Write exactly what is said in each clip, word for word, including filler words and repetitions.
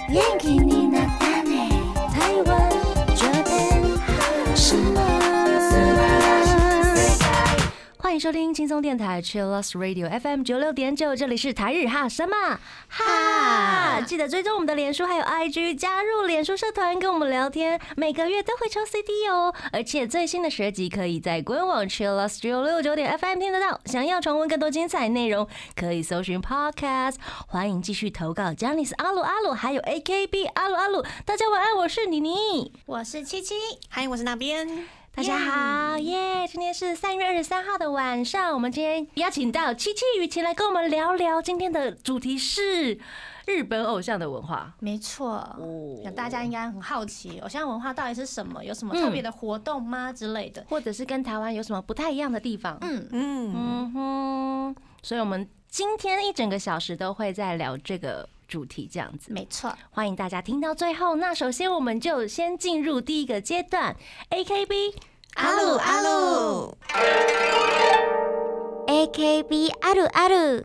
元気になったね台湾这边什么欢迎收听轻松电台 Chillus Radio F M 九六点九，这里是台日哈什么哈，记得追踪我们的脸书还有 I G， 加入脸书社团跟我们聊天，每个月都会抽 C D 哦，而且最新的十集可以在官网 Chillus 九六九点 F M 听得到。想要重温更多精彩内容，可以搜寻 Podcast。欢迎继续投稿 Janice 阿鲁阿鲁，还有 A K B 阿鲁阿鲁。大家晚安，我是妮妮， 我是七七， 嗨，我是那边。 大家好耶！ Yeah, 今天是三月二十三号的晚上，我们今天邀请到七七雨晴来跟我们聊聊。今天的主题是日本偶像的文化。 没错，哦、大家应该很好奇，偶像文化到底是什么？有什么特别的活动吗、嗯、之类的？ 或者是跟台湾有什么不太一样的地方？嗯嗯嗯哼。所以我们今天一整个小时都会在聊这个主题，这样子。 没错， 欢迎大家听到最后。那首先我们就先进入第一个阶段 ，A K B。 阿鲁阿鲁 ，A K B 阿鲁阿鲁。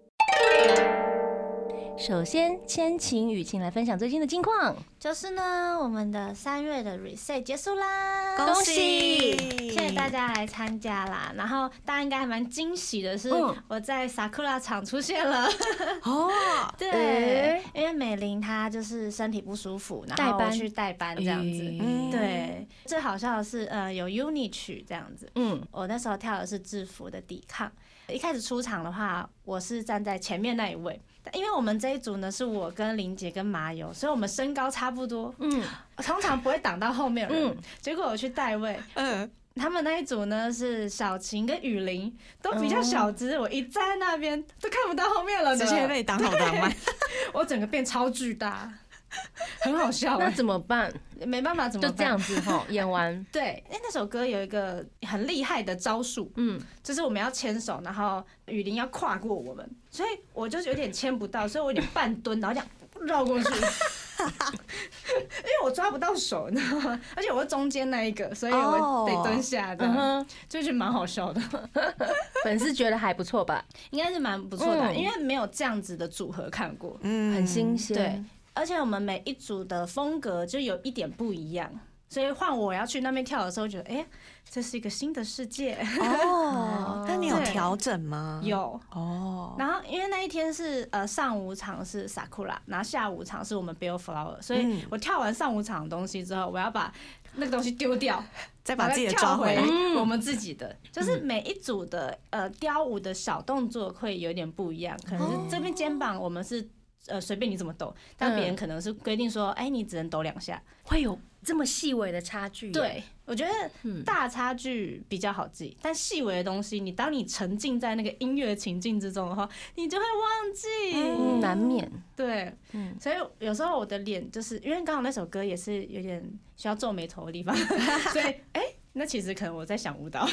首先，先请雨晴来分享最近的近况。 就是呢，我们的三月的 reset 结束啦， 恭喜！ 谢谢大家来参加啦。然后大家应该还蛮惊喜的是，嗯、我在 Sakura 场出现了。哦，对，欸、因为美玲她就是身体不舒服，然后我去代班这样子。嗯、对，最好笑的是，呃，有 Uni 曲这样子。嗯，我那时候跳的是制服的抵抗。一开始出场的话，我是站在前面那一位，因为我们这一组呢是我跟林姐跟麻油，所以我们身高差不多，嗯，通常不会挡到后面人。嗯、结果我去带位，嗯，他们那一组呢是小晴跟雨林，都比较小只，嗯、我一站在那边都看不到后面了， 直接被挡好挡慢， 我整个变超巨大。很好笑， 那怎么办？ 没办法，怎么办？ 就这样子哈，演完。 对，因为那首歌有一个很厉害的招数，嗯，就是我们要牵手，然后雨林要跨过我们，所以我就有点牵不到，所以我有点半蹲，然后这样绕过去，因为我抓不到手，你知道吗？而且我是中间那一个，所以我得蹲下的，哦、就觉得蛮好笑的。 粉丝觉得还不错吧？ 应该是蛮不错的，嗯、因为没有这样子的组合看过， 嗯，很新鲜。 对。而且我们每一组的风格就有一点不一样，所以换我要去那边跳的时候，觉得哎、欸，这是一个新的世界哦。那你有调整吗？ 有哦。然后因为那一天是呃上午场是 Sakura， 然后下午场是我们 Bill Flower， 所以我跳完上午场的东西之后，我要把那个东西丢掉， 再把自己的抓回来。 我们自己的，就是每一组的呃雕舞的小动作会有点不一样，可能是这边肩膀我们是。呃，随便你怎么抖，但别人可能是规定说，哎、欸，你只能抖两下， 会有这么细微的差距。 对，我觉得大差距比较好记，但细微的东西，你当你沉浸在那个音乐情境之中的话，你就会忘记， 嗯，难免。 对，嗯，所以有时候我的脸就是因为刚好那首歌也是有点需要皱眉头的地方，所以哎。欸那其实可能我在想舞蹈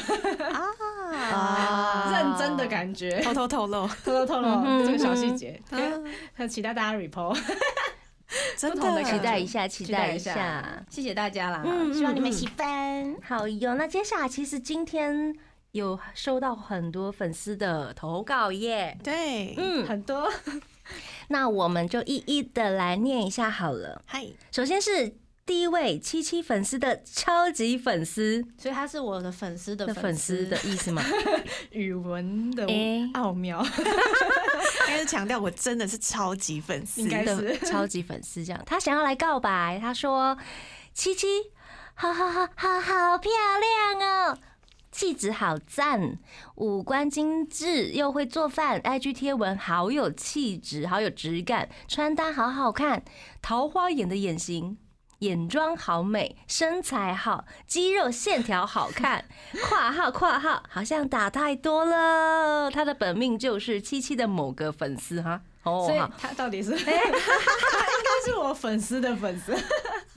啊，认真的感觉， 偷偷透露， 偷偷透露这个小细节，很期待大家 report， 真的期待一下，期待一下， 谢谢大家啦，嗯、希望你们喜欢。 好哟，那接下来其实今天有收到很多粉丝的投稿耶， 对， 嗯，很多， 那我们就一一的来念一下好了。嗨，首先是。第一位七七粉丝的超级粉丝， 所以他是我的粉丝的粉丝的意思吗？ 语文的奥妙， 应该是强调我真的是超级粉丝， 应该是超级粉丝这样。他想要来告白，他说：“七七，好好好好好漂亮哦，气质好赞，五官精致又会做饭 ，I G 贴文好有气质，好有质感，穿搭好好看，桃花眼的眼型。”眼妆好美，身材好，肌肉线条好看，括号括号好像打太多了。他的本命就是七七的某个粉丝哈， 哦，所以他到底是，他应该是我粉丝的粉丝。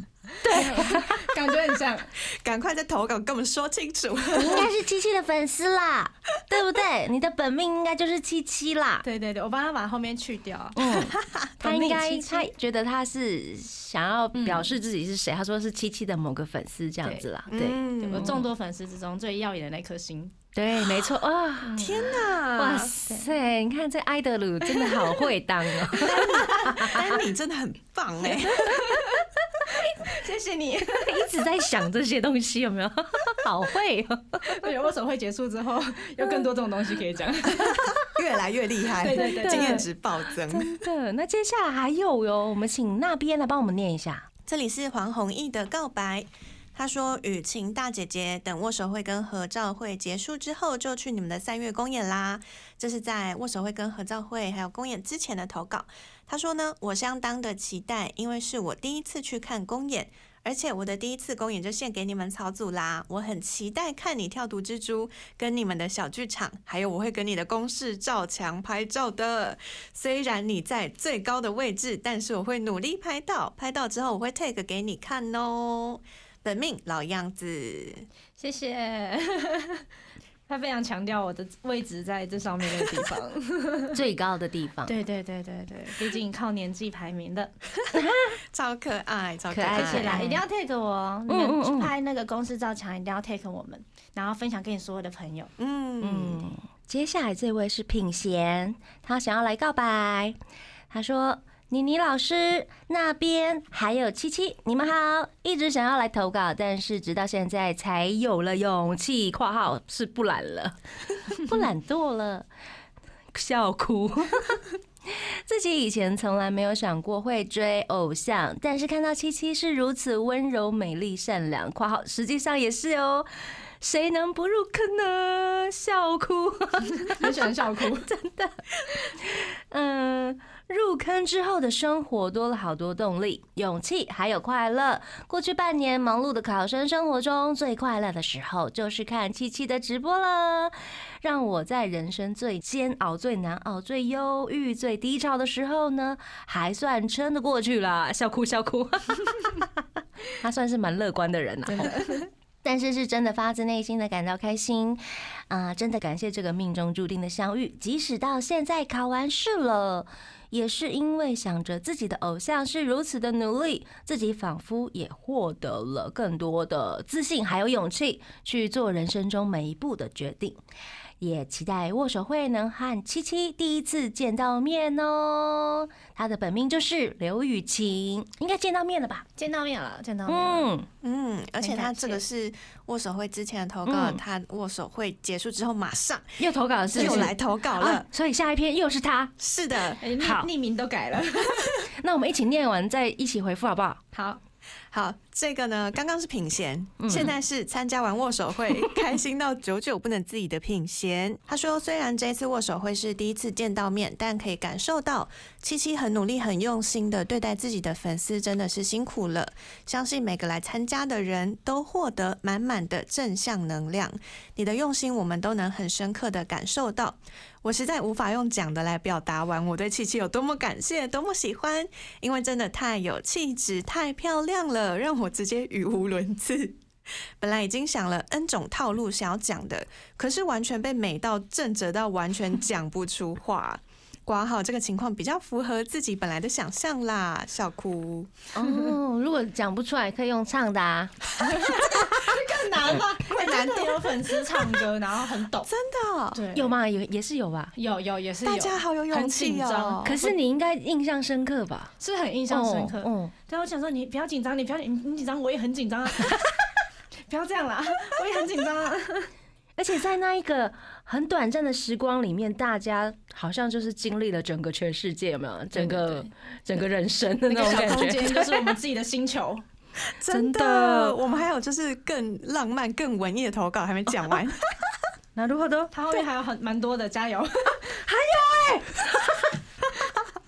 对，感觉很像。 赶快在投稿跟我们说清楚。 你应该是七七的粉丝啦，对不对？你的本命应该就是七七啦。 对对对，我帮他把后面去掉。 嗯，他应该七七他觉得他是想要表示自己是谁，他说是七七的某个粉丝这样子啦。对， 嗯我众多粉丝之中最耀眼的那颗星。 对，没错啊！ 天哪， 哇塞，你看这艾德鲁真的好会当哦， 丹妮真的很棒哎， 谢谢你， 一直在想这些东西有没有？好会哦！ 而且握手会结束之后，有更多这种东西可以讲， 越来越厉害， 对对对， 经验值暴增。 真的，那接下来还有哟，我们请那边来帮我们念一下。 这里是黄弘毅的告白。他说：“雨晴大姐姐，等握手会跟合照会结束之后，就去你们的三月公演啦。”这是在握手会跟合照会还有公演之前的投稿。他说呢，我相当的期待，因为是我第一次去看公演，而且我的第一次公演就献给你们草组啦。我很期待看你跳毒蜘蛛，跟你们的小剧场，还有我会跟你的公式照墙拍照的。虽然你在最高的位置，但是我会努力拍到，拍到之后我会 take 给你看哦。本命老样子， 谢谢。他非常强调我的位置在这上面的地方， 最高的地方。 对对对对对，毕竟靠年纪排名的， 超可爱，超可爱爱。 谢谢啦，一定要 take 我，你们去拍那个公司照墙，一定要 take 我们，然后分享给你所有的朋友。 嗯嗯，接下来这位是品贤，他想要来告白，他说。妮妮老师那边还有七七，你们好，一直想要来投稿，但是直到现在才有了勇气（括号是不懒了，不懒惰了），笑哭。自己以前从来没有想过会追偶像，但是看到七七是如此温柔、美丽、善良（括号实际上也是哦）。谁能不入坑呢？笑哭， 很喜欢笑哭， 真的。嗯，入坑之后的生活多了好多动力、勇气，还有快乐。过去半年忙碌的考生生活中，最快乐的时候就是看七七的直播了，让我在人生最煎熬、最难熬、最忧郁、最低潮的时候呢，还算撑得过去啦。笑哭，笑哭。他算是蛮乐观的人啊。真的。但是是真的发自内心的感到开心，啊、呃，真的感谢这个命中注定的相遇。即使到现在考完试了，也是因为想着自己的偶像是如此的努力，自己仿佛也获得了更多的自信还有勇气去做人生中每一步的决定。也期待握手会能和七七第一次见到面哦。他的本名就是刘雨晴，应该见到面了吧？ 见到面了，见到面了。 嗯嗯，而且他这个是握手会之前的投稿， 嗯、 他握手会结束之后马上又投稿了是不是， 又来投稿了、 啊，所以下一篇又是他。 是的， 欸、好，匿名都改了。 那我们一起念完再一起回复好不好？ 好。 好，这个呢，刚刚是品贤，现在是参加完握手会，开心到久久不能自已的品贤。他说，虽然这次握手会是第一次见到面，但可以感受到七七很努力、很用心的对待自己的粉丝，真的是辛苦了。相信每个来参加的人都获得满满的正向能量，你的用心我们都能很深刻的感受到。我实在无法用讲的来表达完我对七七有多么感谢，多么喜欢，因为真的太有气质，太漂亮了，让我直接语无伦次。本来已经想了 N 种套路想要讲的，可是完全被美到震折到完全讲不出话。括号这个情况比较符合自己本来的想象啦，笑哭。 哦，如果讲不出来，可以用唱的啊。 更难吧？ 会难得有粉丝唱歌，然后很懂， 真的。 对， 有吗？有也是有吧？ 有有也是有。 大家好有勇气哦。 可是你应该印象深刻吧？ 是很印象深刻。 哦， 对，我想说你不要紧张，你不要你你紧张，我也很紧张啊。不要这样啦，我也很紧张啊。 而且在那一个很短暂的时光里面，大家好像就是经历了整个全世界，有没有？整个整个人生的那种感觉， 那个小空间就是我们自己的星球。 真的，我们还有就是更浪漫、更文艺的投稿还没讲完。 那如何的？ 他后面还有很蛮多的，加油！ 还有哎、欸， 他期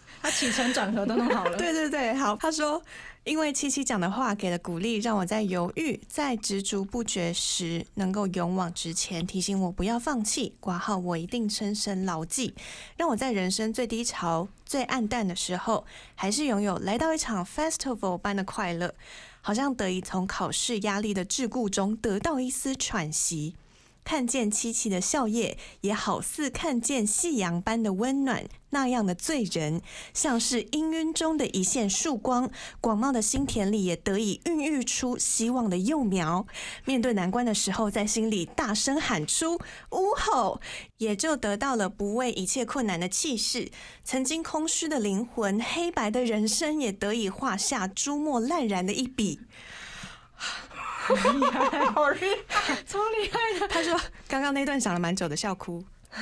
起承转合都弄好了。 对对对，好，他说。因为七七讲的话给了鼓励，让我在犹豫、在执着不决时能够勇往直前，提醒我不要放弃。挂号我一定深深牢记，让我在人生最低潮、最暗淡的时候，还是拥有来到一场 festival 般的快乐，好像得以从考试压力的桎梏中得到一丝喘息。看见七七的笑靥，也好似看见夕阳般的温暖，那样的醉人，像是氤氲中的一线曙光。广袤的心田里也得以孕育出希望的幼苗。面对难关的时候，在心里大声喊出呜吼，也就得到了不畏一切困难的气势。曾经空虚的灵魂，黑白的人生，也得以画下珠墨烂然的一笔。 好厉害，好厉害，超厉害的。 他说刚刚那段想了蛮久的，笑哭。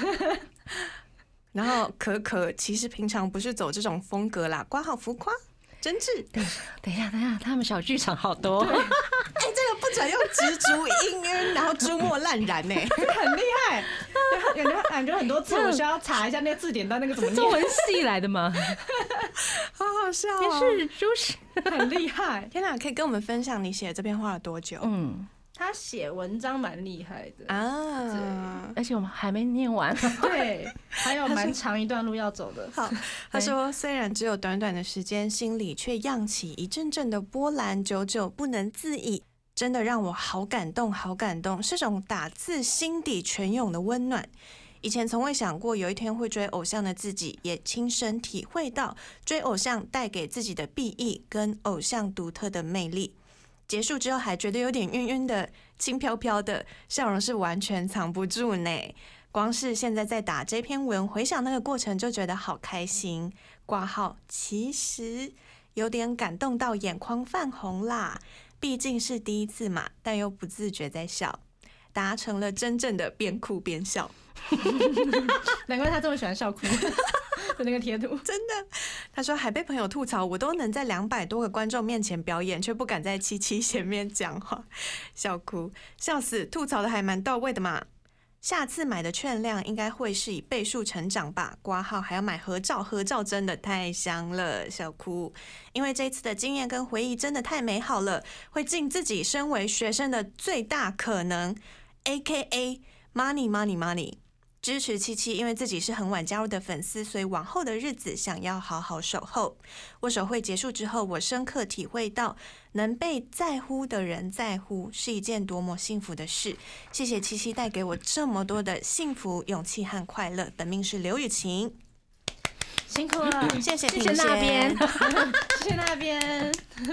然后可可其实平常不是走这种风格啦，挂号浮夸真挚。 等等一下，等一下，他们小剧场好多。 哎、欸，这个不准用执着氤氲，然后珠墨烂然呢、欸， 很厉害。感觉感觉很多字，我需要查一下那个字典到那个怎么念。 中文系来的吗？ 好好笑哦！ 也是就是很厉害。 天哪，可以跟我们分享你写这篇花了多久？ 嗯， 他写文章蛮厉害的啊， 而且我们还没念完， 对，还有蛮长一段路要走的。 好，他说虽然只有短短的时间，心里却漾起一阵阵的波澜，久久不能自已。真的让我好感动，好感动，是种打自心底泉涌的温暖。以前从未想过有一天会追偶像的自己，也亲身体会到追偶像带给自己的裨益跟偶像独特的魅力。结束之后还觉得有点晕晕的，轻飘飘的笑容是完全藏不住呢。光是现在在打这篇文，回想那个过程就觉得好开心。挂号其实有点感动到眼眶泛红啦。毕竟是第一次嘛，但又不自觉在笑，达成了真正的边哭边笑。 难怪他这么喜欢笑哭的那个贴图， 真的。他说还被朋友吐槽，我都能在两百多个观众面前表演，却不敢在七七前面讲话，笑哭，笑死！吐槽的还蛮到位的嘛。下次买的券量应该会是以倍数成长吧，挂号还要买合照，合照真的太香了，笑哭。因为这次的经验跟回忆真的太美好了，会尽自己身为学生的最大可能 A K A money money money 支持七七，因为自己是很晚加入的粉丝，所以往后的日子想要好好守候。握手会结束之后，我深刻体会到能被在乎的人在乎是一件多么幸福的事。谢谢七七带给我这么多的幸福、勇气和快乐。本命是刘雨晴， 辛苦了， 谢谢谢谢那边， 谢谢那边。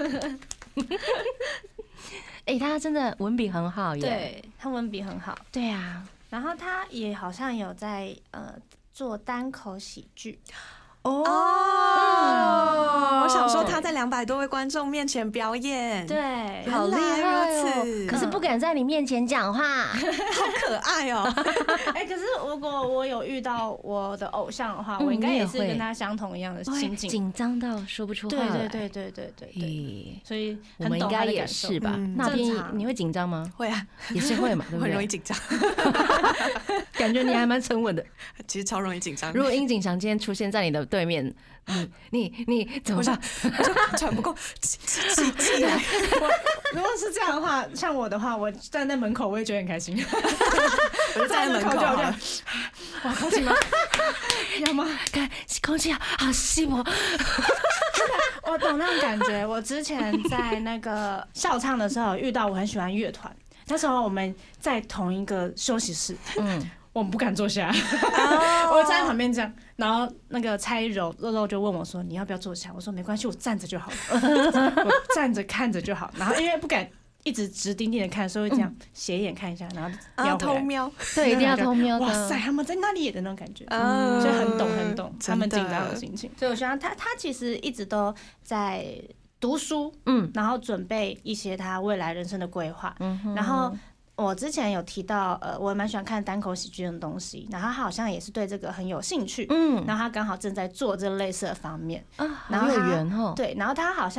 哎、欸，他真的文笔很好耶， 对，他文笔很好， 对啊。 然后他也好像有在呃做单口喜剧。 哦、oh, 我想说他在两百多位观众面前表演， 对， 好厉害哦！ 可是不敢在你面前讲话， 好可爱哦！ 哎，可是如果我有遇到我的偶像的话，我应该也是跟他相同一样的心境， 紧张到说不出话来。 对对对对对对对，所以我们应该也是吧？那边你会紧张吗？ 会啊， 也是会嘛，对不对？ 很容易紧张， 感觉你还蛮沉稳的。 其实超容易紧张。 如果殷景祥今天出现在你的对面，你你你怎么办？ 喘不过气气来。 如果是这样的话，像我的话，我站在门口，我也觉得很开心。 我就站在门口好了。 哇，空气吗？要吗？ 看空气好稀薄。 我懂那种感觉。我之前在那个校唱的时候遇到我很喜欢乐团，那时候我们在同一个休息室，嗯，我们不敢坐下，我站在旁边这样，然后那个蔡依柔肉肉就问我说：“你要不要坐下？”我说：“没关系，我站着就好了，我站着看着就好。”然后因为不敢一直直盯盯的看，所以会这样斜眼看一下，然后瞄偷瞄， 对，一定要偷瞄的。 哇塞，他们在那里的那种感觉，所以很懂很懂他们紧张的心情。所以我希望他他其实一直都在读书，嗯，然后准备一些他未来人生的规划，嗯，然后。我之前有提到，呃，我蛮喜欢看单口喜剧的东西，然后他好像也是对这个很有兴趣，嗯，然后他刚好正在做这类似的方面， 啊，然后有缘哦， 对，然后他好像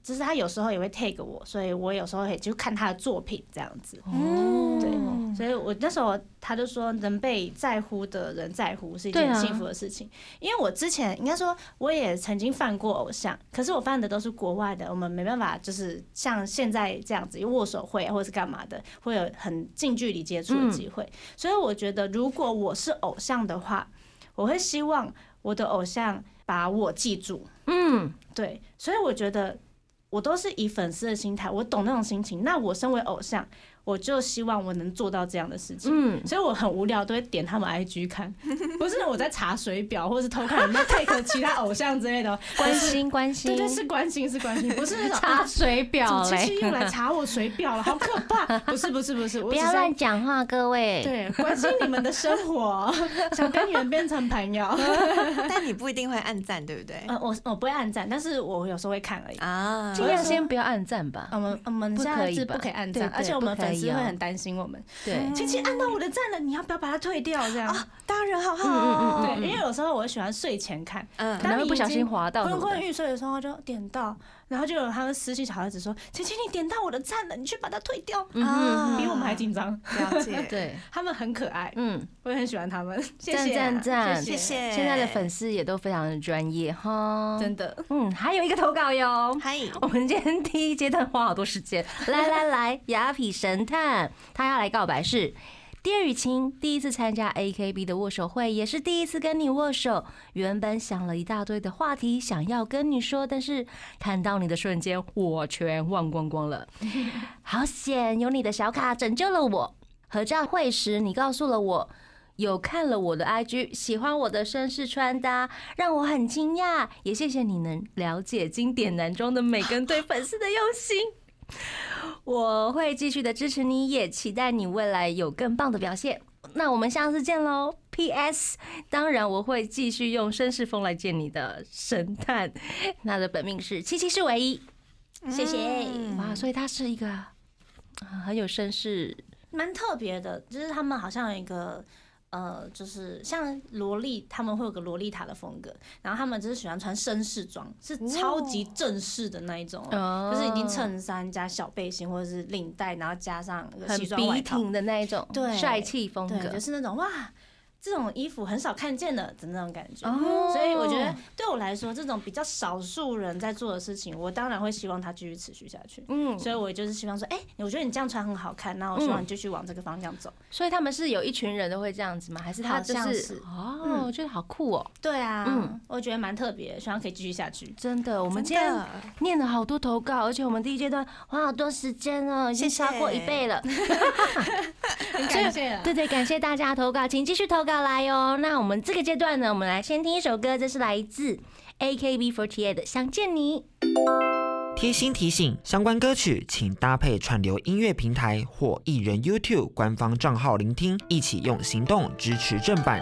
就是他有时候也会 tag 我，所以我有时候也就看他的作品这样子。 哦， 对，所以我那时候他就说，能被在乎的人在乎是一件很幸福的事情。因为我之前应该说我也曾经犯过偶像，可是我犯的都是国外的，我们没办法就是像现在这样子握手会或者是干嘛的，会有很近距离接触的机会。嗯、所以我觉得，如果我是偶像的话，我会希望我的偶像把我记住。嗯，对，所以我觉得。我都是以粉丝的心态，我懂那种心情。那我身为偶像，我就希望我能做到这样的事情。嗯，所以我很无聊都会点他们 I G 看，不是我在查水表，或是偷看有没有 take 其他偶像之类的， 关心关心， 对对，是关心是关心，不是那种查水表嘞， 七七又来查我水表了，好可怕！不是不是不是， 不要乱讲话，各位。 对，关心你们的生活，想跟你们变成朋友， 但你不一定会按赞，对不对？ 呃，我我不会按赞，但是我有时候会看而已啊。 尽量先不要按赞吧。 我们我们现在是不可以按赞，而且我们粉丝会很担心我们。对，七七按到我的赞了，你要不要把它退掉？这样啊， 当然好好。 对，因为有时候我喜欢睡前看， 嗯，可能会不小心滑到， 昏昏欲睡的时候就点到，然后就有他们私信小孩子说：“七七，你点到我的赞了，你去把它退掉。”啊，比我们还紧张。 了解， 对， 他们很可爱，嗯，我也很喜欢他们。 赞赞赞， 谢谢。 现在的粉丝也都非常的专业哈， 真的。 嗯，还有一个投稿哟。 嗨， 我们今天第一阶段花好多时间。来来来，雅痞神探，他要来告白是。Dear 雨晴，第一次参加 A K B 的握手会，也是第一次跟你握手。原本想了一大堆的话题想要跟你说，但是看到你的瞬间，我全忘光光了。好险，有你的小卡拯救了我。合照会时，你告诉了我有看了我的 I G， 喜欢我的绅士穿搭，让我很惊讶。也谢谢你能了解经典男装的美跟对粉丝的用心。我会继续的支持你，也期待你未来有更棒的表现。那我们下次见喽。P S 当然我会继续用绅士风来见你的神探，他的本命是七七是唯一。谢谢。哇，所以他是一个很有绅士， 蛮特别的，就是他们好像有一个。呃，就是像萝莉，他们会有个萝莉塔的风格，然后他们就是喜欢穿绅士装，是超级正式的那一种，哦、就是一定衬衫加小背心或者是领带，然后加上西装外套， 很笔挺的那一种， 对， 帅气风格， 就是那种哇。这种衣服很少看见的的那种感觉，哦、所以我觉得对我来说，这种比较少数人在做的事情，我当然会希望它继续持续下去。嗯，所以我就是希望说，哎、欸，我觉得你这样穿很好看，那我希望你继续往这个方向走。 所以他们是有一群人都会这样子吗？还是他就是？是哦，嗯、我觉得好酷哦。 对啊，嗯，我觉得蛮特别，希望可以继续下去。 真的，我们今天念了好多投稿，而且我们第一阶段花好多时间哦，已经超过一倍了。 很感谢， 对对，感谢大家投稿，请继续投稿来哟。那我们这个阶段呢，我们来先听一首歌，这是来自 A K B 四十八的《想见你》。 贴心提醒：相关歌曲请搭配串流音乐平台或艺人 YouTube 官方账号聆听，一起用行动支持正版。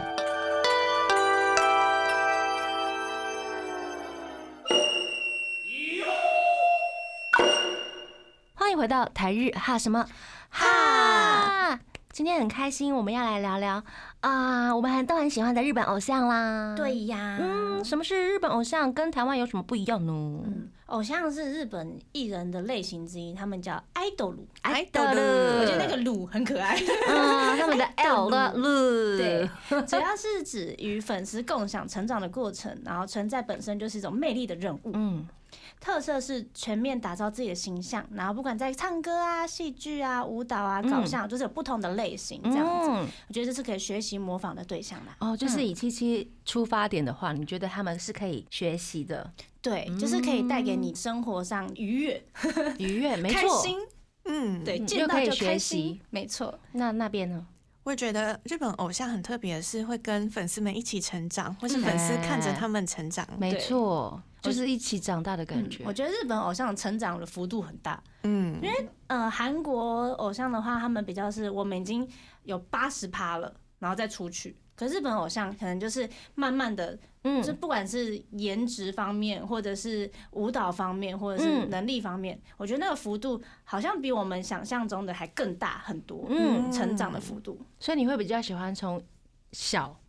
欢迎回到台日哈什么哈。今天很开心，我们要来聊聊啊、呃，我们都很喜欢的日本偶像啦。 对呀， 嗯，什么是日本偶像？跟台湾有什么不一样呢？ 嗯，偶像是日本艺人的类型之一，他们叫 idol，idol， 我觉得那个鲁很可爱。 嗯，他们的 L 的鲁， 对，主要是指与粉丝共享成长的过程，然后存在本身就是一种魅力的人物。嗯。特色是全面打造自己的形象，然后不管在唱歌啊、戏剧啊、舞蹈啊、搞笑，就是有不同的类型这样子。我觉得这是可以学习模仿的对象啦。 哦，就是以七七出发点的话，你觉得他们是可以学习的？ 对，就是可以带给你生活上愉悦、 愉悦，没错， 开心。嗯，对，见到就开心，没错。 那那边呢？ 我也觉得日本偶像很特别的是，会跟粉丝们一起成长，或是粉丝看着他们成长。 没错。就是一起长大的感觉、 嗯。我觉得日本偶像成长的幅度很大，嗯，因为呃韩国偶像的话，他们比较是我们已经有八十趴了，然后再出去。可是日本偶像可能就是慢慢的，嗯，就不管是颜值方面，或者是舞蹈方面，或者是能力方面，嗯、我觉得那个幅度好像比我们想象中的还更大很多，嗯，成长的幅度。 所以你会比较喜欢从小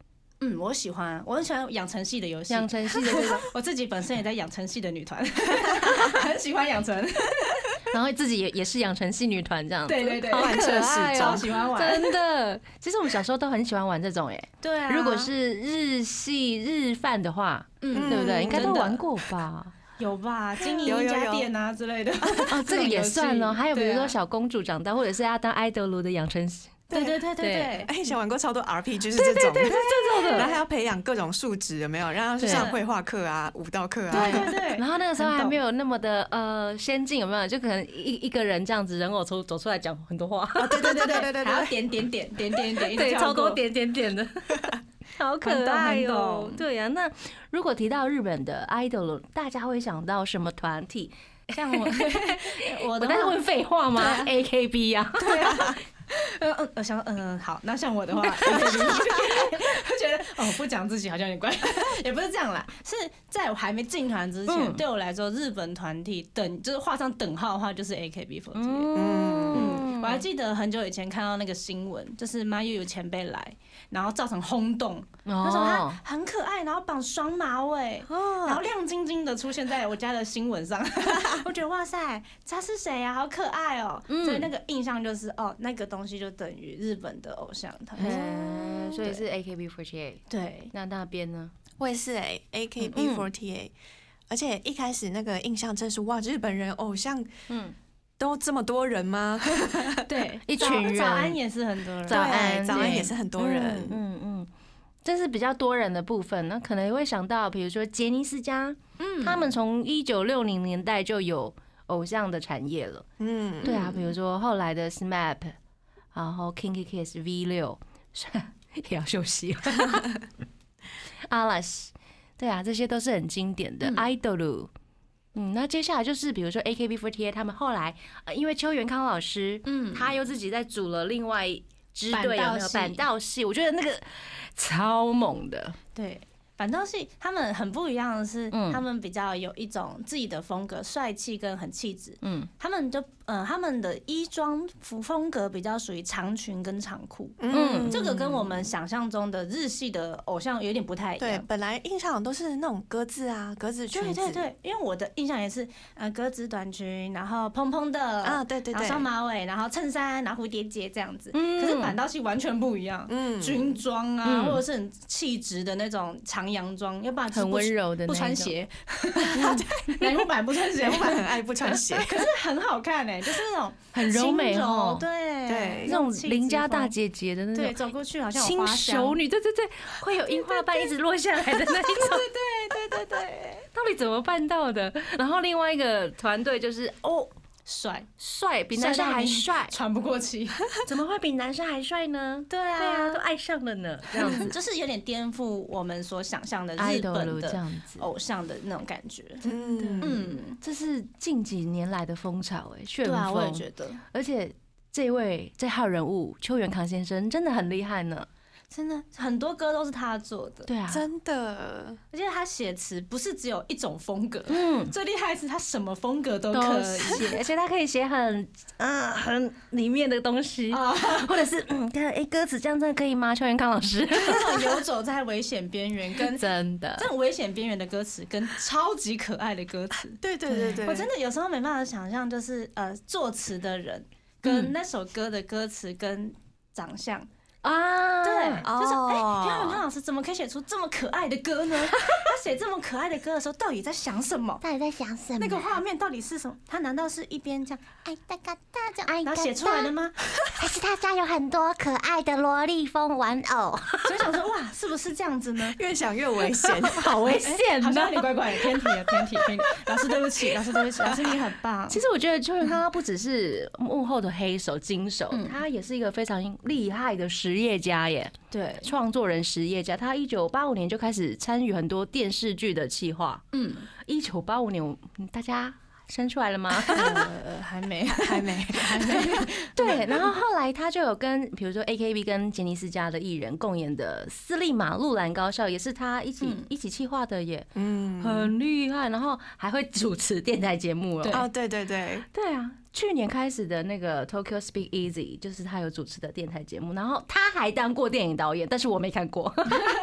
嗯，我喜欢，我很喜欢养成系的游戏， 养成系的这种， 我自己本身也在养成系的女团，很喜欢养成， 然后自己也也是养成系女团这样子， 对对对， 好可爱哦， 超喜欢玩， 真的。其实我们小时候都很喜欢玩这种哎， 对啊， 如果是日系日饭的话，嗯，对不对？应该都玩过吧？ 有吧，经营一家店啊之类的， 哦，这个也算哦。还有比如说小公主长大，或者是要当爱豆的养成系。 对对对对对， 哎，以前玩过超多 R P G 是这种， 对对对，这种的， 然后还要培养各种数值，有没有？让他去上绘画课啊、舞蹈课啊。 对对对。 然后那个时候还没有那么的呃先进，有没有？就可能一一个人这样子人偶出走出来讲很多话。 对对对对对对，还要点点点点点点， 对，超多点点点的，好可爱哦。对呀，那如果提到日本的 idol， 大家会想到什么团体？ 像我， 我我在问废话吗 ？A K B 呀， 对啊。呃嗯，我想嗯好，那像我的话，我觉得哦不讲自己好像有点怪，也不是这样啦，是在我还没进团之前，对我来说日本团体等就是画上等号的话，就是 A K B四十八。嗯，我还记得很久以前看到那个新闻，就是 Mayu 有前辈来，然后造成轰动。那时候他很可爱，然后绑双马尾，然后亮晶晶的出现在我家的新闻上，我觉得哇塞，他是谁啊？好可爱哦！所以那个印象就是哦，那个东西就等于日本的偶像团体， 所以是 A K B四十八。 对， 那那边呢？ 我也是哎 ，A K B四十八，而且一开始那个印象真是哇，日本人偶像，嗯。都这么多人吗？ 对， 一群人。 早安也是很多人， 早安早安也是很多人。 嗯嗯，这是比较多人的部分。那可能也会想到，比如说杰尼斯家，嗯，他们从一九六零年代就有偶像的产业了。嗯，对啊，比如说后来的 S M A P， 然后 Kinky Kids V 六也要休息了。Alice， 对啊，这些都是很经典的 idol。嗯，那接下来就是比如说 A K B四十八， 他们后来呃，因为秋元康老师，嗯，他又自己在组了另外支队，有没有板道系？我觉得那个超猛的， 对。板道系他们很不一样的是，嗯、他们比较有一种自己的风格，帅气跟很气质。嗯，他们就呃他们的衣装服风格比较属于长裙跟长裤。嗯，这个跟我们想象中的日系的偶像有点不太一样。 对，本来印象都是那种格子啊，格子裙子。 对对对，因为我的印象也是呃格子短裙，然后蓬蓬的啊，对对对， 然后双马尾，然后衬衫，然后蝴蝶结这样子。嗯，可是板道系完全不一样。嗯，军装啊，或者是很气质的那种长洋装，要不然很温柔的不穿鞋，乃木坂不穿鞋， 乃木坂很爱不穿鞋， 可是很好看哎，就是那种很柔美哦， 对对， 那种邻家大姐姐的那种， 对，走过去好像轻熟女，对对对，会有樱花瓣一直落下来的那一种， 对对对对对， 到底怎么办到的？然后另外一个团队就是哦。 帅帅比男生还帅， 喘不过气， 怎么会比男生还帅呢？ 对啊， 对啊，都爱上了呢，这样子就是有点颠覆我们所想象的日本的偶像的那种感觉。 嗯嗯，这是近几年来的风潮哎，旋风。 对啊，我也觉得。 而且这位这号人物秋元康先生真的很厉害呢。 真的很多歌都是他做的， 对啊， 真的， 而且他写词不是只有一种风格，嗯，最厉害的是他什么风格都可以写，而且他可以写很啊很里面的东西，或者是嗯，看哎歌词这样真的可以吗？秋元康老师那种游走在危险边缘，跟真的这种危险边缘的歌词，跟超级可爱的歌词， 对对对对， 我真的有时候没办法想象，就是呃作词的人跟那首歌的歌词跟长相。啊，对，就是哎，杨永康老师怎么可以写出这么可爱的歌呢？他写这么可爱的歌的时候，到底在想什么？ 到底在想什么？ 那个画面到底是什么？他难道是一边这样哎哒嘎哒这样，然后写出来的吗？ 还是他家有很多可爱的萝莉风玩偶？ 所以想说，哇，是不是这样子呢？ 越想越危险， 好危险！ 好像有点怪怪的，偏题了，偏题，偏题。老师对不起，老师对不起，老师你很棒。 其实我觉得秋元康他不只是幕后的黑手、金手，他也是一个非常厉害的实业家。耶， 对， 创作人实业家，他一九八五年就开始参与很多电视剧的企划。嗯，一九八五年，大家生出来了吗？ 呃，还没，还没，还没。 对，然后后来他就有跟，比如说 A K B 跟杰尼斯家的艺人共演的《私立马路兰高校》，也是他一起、嗯、一起企划的耶。嗯，很厉害，然后还会主持电台节目了。 哦，对对对， 对啊。去年开始的那个 Tokyo Speak Easy， 就是他有主持的电台节目，然后他还当过电影导演，但是我没看过。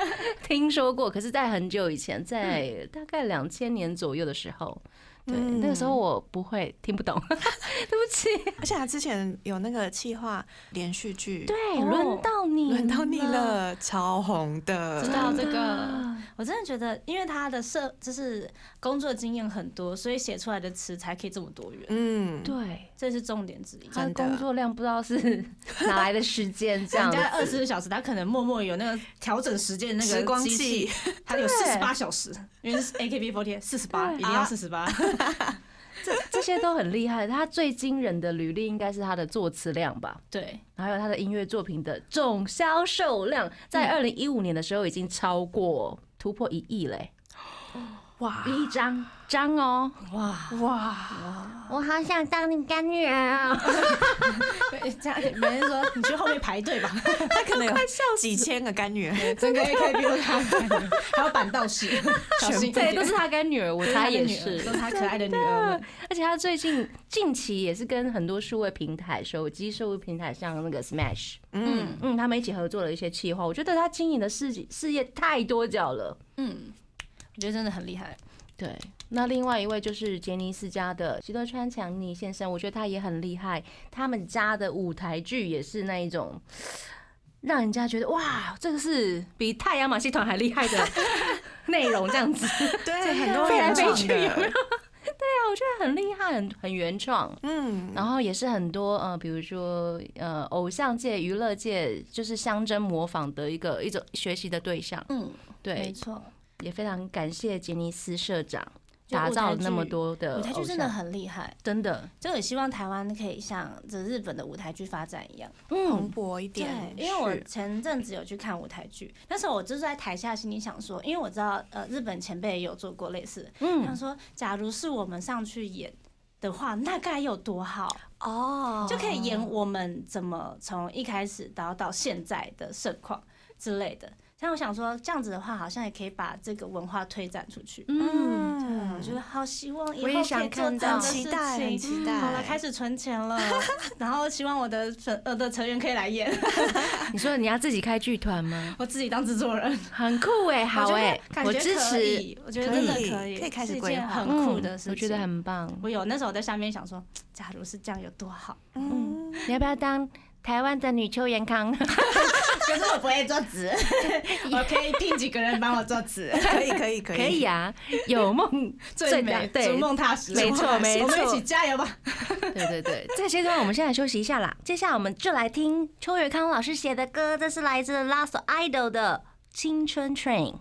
听说过，可是在很久以前，在大概两千年左右的时候。对，那个时候我不会听不懂，对不起。 而且他之前有那个企划连续剧， 对，轮到你， 轮到你了，超红的。 知道这个，我真的觉得，因为他的社就是工作经验很多，所以写出来的词才可以这么多元。 嗯， 对， 这是重点之一。 他的工作量不知道是哪来的时间，这样人家二十四小时，他可能默默有那个调整时间的那个时光器， 他有四十八小时，因为是 A K B 四十八，四十八一定要四十八。 这这些都很厉害，他最惊人的履历应该是他的作词量吧？ 对， 还有他的音乐作品的总销售量，在二零一五年的时候已经超过突破一亿嘞！哇，一张张哦！哇哇！我好想当你干女儿啊！ 这样没人说你去后面排队吧， 他可能有几千个干女儿， 整个 A K B 都是他的干女儿，还有板道系， 全对都是他干女儿，我猜也是， 都是他可爱的女儿们。 而且他最近近期也是跟很多数位平台、手机数位平台，像那个 Smash， 嗯嗯，他们一起合作了一些企划。我觉得他经营的事事业太多角了， 嗯。我觉得真的很厉害。 对，那另外一位就是杰尼斯家的喜多川强尼先生，我觉得他也很厉害。他们家的舞台剧也是那一种，让人家觉得哇，这个是比太阳马戏团还厉害的内容，这样子。 对，很多飞来飞去有没有？对啊，我觉得很厉害，很很原创。嗯，然后也是很多呃，比如说呃，偶像界、娱乐界，就是相争模仿的一个一种学习的对象。嗯，对， 没错。 也非常感谢杰尼斯社长打造了那么多的舞台剧，真的很厉害， 真的。 就也希望台湾可以像这日本的舞台剧发展一样， 蓬勃一点。 对，因为我前阵子有去看舞台剧，那时候我就是在台下心里想说，因为我知道呃日本前辈也有做过类似的，嗯，想说假如是我们上去演的话，那该有多好哦，就可以演我们怎么从一开始到到现在的盛况之类的。像我想说，这样子的话，好像也可以把这个文化推展出去。嗯，我觉得好希望以后可以做这样的事情。 期待，很期待。 好了，开始存钱了，然后希望我的粉呃的成员可以来演。 你说你要自己开剧团吗？ 我自己当制作人， 很酷哎，好哎，我支持。 我觉得真的可以， 可以开始规划， 很酷的事情。 我觉得很棒。 我有那时候在下面想说，假如是这样有多好。 嗯，你要不要当台湾的女邱元康？ 可是我不会作词，我可以聘几个人帮我作词。 可以可以可以可以啊！有梦最美，逐梦踏实， 没错没错， 我们一起加油吧！ 对对对，这阶段我们现在休息一下啦。接下来我们就来听邱元康老师写的歌，这是来自 Last Idol 的《青春 Train》。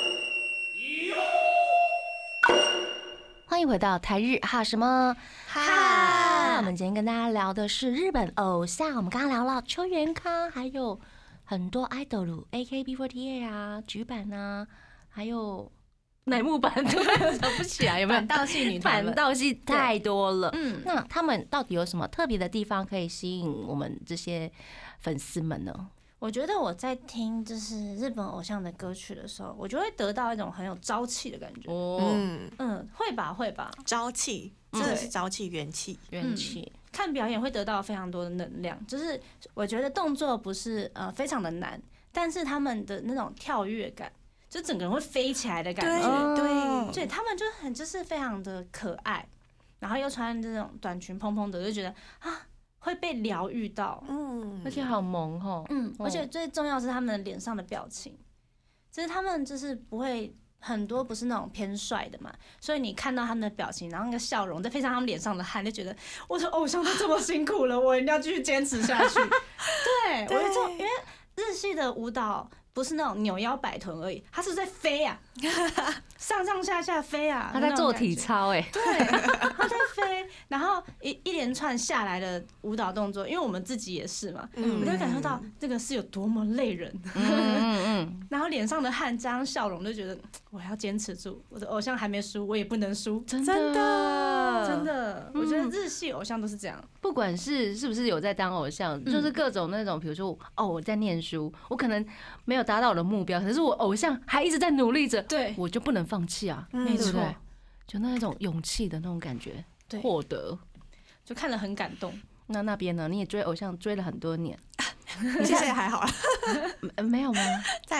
欢迎回到台日哈什么哈？我们今天跟大家聊的是日本偶像，我们刚刚聊了邱元康，还有很多 idol A K B 四十八 啊、菊版啊，还有乃木坂，想不起来有没有？ 反道系女团， 反道系太多了。嗯，那他们到底有什么特别的地方可以吸引我们这些粉丝们呢？ 我觉得我在听就是日本偶像的歌曲的时候，我就会得到一种很有朝气的感觉。哦，嗯嗯，会吧会吧， 朝气真的是朝气元气元气。 看表演会得到非常多的能量，就是我觉得动作不是呃非常的难，但是他们的那种跳跃感，就整个人会飞起来的感觉。对，对，他们就很就是非常的可爱，然后又穿这种短裙蓬蓬的，就觉得啊。会被疗愈到， 嗯，而且好萌吼， 嗯，而且最重要是他们脸上的表情，就是他们就是不会很多不是那种偏帅的嘛，所以你看到他们的表情，然后那个笑容，再配上他们脸上的汗，就觉得我的偶像都这么辛苦了，我一定要继续坚持下去。对，我就因为日系的舞蹈不是那种扭腰摆臀而已，他是在飞啊，上上下下飞啊， 他在做体操哎、欸， 对，他在飞，然后一一连串下来的舞蹈动作，因为我们自己也是嘛，嗯、我就感受到这个是有多么累人，嗯嗯嗯，然后脸上的汗加上笑容，就觉得我要坚持住，我的偶像还没输，我也不能输， 真的真的，我觉得日系偶像都是这样， 不管是是不是有在当偶像，就是各种那种，比如说哦我在念书，我可能没有达到我的目标，可是我偶像还一直在努力着， 对， 我就不能放弃啊， 没错， 就那种勇气的那种感觉，获得， 就看了很感动。 那那边呢？你也追偶像追了很多年， 你现在还好了？ 没有吗？ 在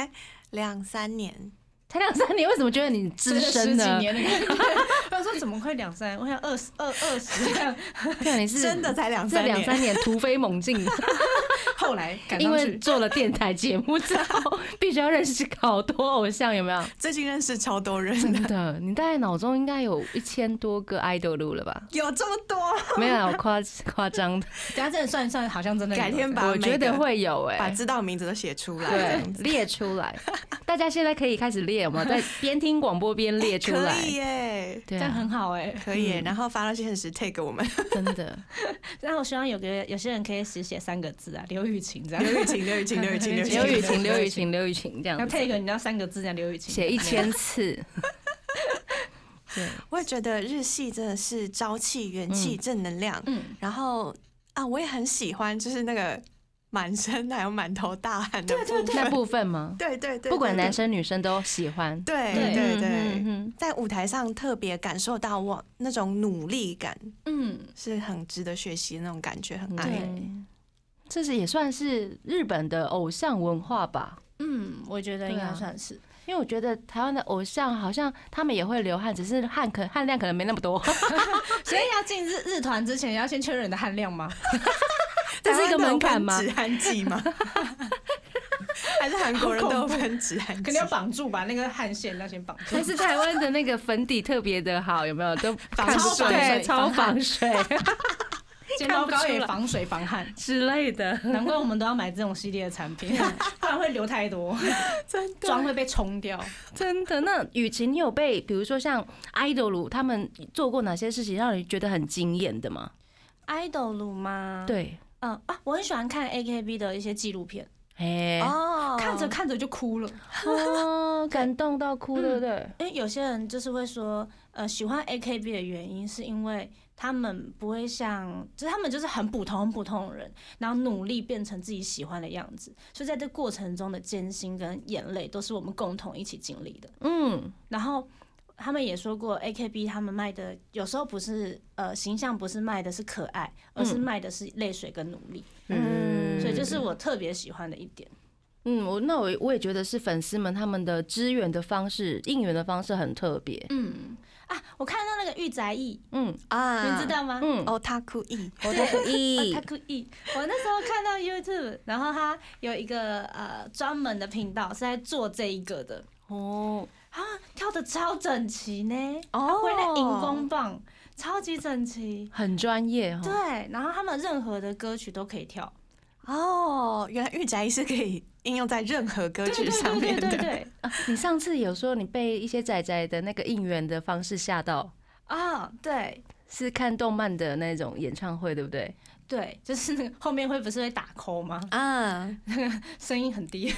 两三年。 才两三年，为什么觉得你资深呢？ 十几年的感觉。我说怎么会两三？我想二十二二十这样。 对，你是真的才两三年， 这两三年突飞猛进。 后来赶上去， 因为做了电台节目之后，必须要认识好多偶像，有没有？ 最近认识超多人的，真的。你大概脑中应该有一千多个 idol 了吧？ 有这么多？ 没有，我夸夸张的。 等下真的算一算，好像真的有。 改天把我觉得会有哎、欸， 把知道名字都写出来， 对，列出来。大家现在可以开始列，我们在边听广播边列出来， 可以耶， 这样很好哎， 可以耶。然后发到现实 tag 我们， 真的。 然后我希望有个有些人可以只写三个字啊，刘雨晴这样， 刘雨晴，刘雨晴，刘雨晴， 刘雨晴，刘雨晴，刘雨晴这样。 要 tag 你要三个字，这样刘雨晴写一千次。 对，我也觉得日系真的是朝气、元气、正能量。嗯，然后啊，我也很喜欢，就是那个。满身还有满头大汗的部分， 那部分吗？ 对对对， 不管男生女生都喜欢。 对对对，在舞台上特别感受到我那种努力感，嗯，是很值得学习的那种感觉，很爱。 这是也算是日本的偶像文化吧？ 嗯，我觉得应该算是， 因为我觉得台湾的偶像好像他们也会流汗，只是汗可汗量可能没那么多。 所以要进日日团之前，要先确认你的汗量吗？ 这是一个门槛吗？ 止汗剂吗？还是韩国人都有分止汗剂？ 肯定要绑住吧，那个汗腺要先绑住。 还是台湾的那个粉底特别的好，有没有？都防水， 超防水。 睫毛膏也防水防汗之类的， 难怪我们都要买这种系列的产品，不然会流太多， 真的妆会被冲掉。 真的，那雨晴，你有被比如说像 idol 他们做过哪些事情让你觉得很惊艳的吗 ？idol 吗？ 对。 嗯啊，我很喜欢看 A K B 的一些纪录片， 哎哦，看着看着就哭了， 哦，感动到哭，对不对？ 因为有些人就是会说，呃，喜欢 A K B 的原因是因为他们不会像，就是他们就是很普通很普通的人，然后努力变成自己喜欢的样子，所以在这过程中的艰辛跟眼泪都是我们共同一起经历的，嗯，然后。他们也说过 ，A K B 他们卖的有时候不是呃形象，不是卖的是可爱，而是卖的是泪水跟努力。嗯，所以这是我特别喜欢的一点。 嗯，我那我我也觉得是粉丝们他们的支援的方式、应援的方式很特别。 嗯啊，我看到那个御宅艺， 嗯啊， 你知道吗？ 嗯 ，Otaku E，Otaku E，Otaku E。我那时候看到 YouTube， 然后他有一个呃专门的频道是在做这一个的。哦。啊，跳得超整齐呢！哦，挥那荧光棒，超级整齐， 很专业哦。 对，然后他们任何的歌曲都可以跳。 哦，原来御宅是可以应用在任何歌曲上面的。 对对对对啊，你上次有说你被一些仔仔的那个应援的方式吓到啊？对， 是看动漫的那种演唱会，对不对？ 对，就是那个后面会不是会打 call 吗？啊，那个声音很低。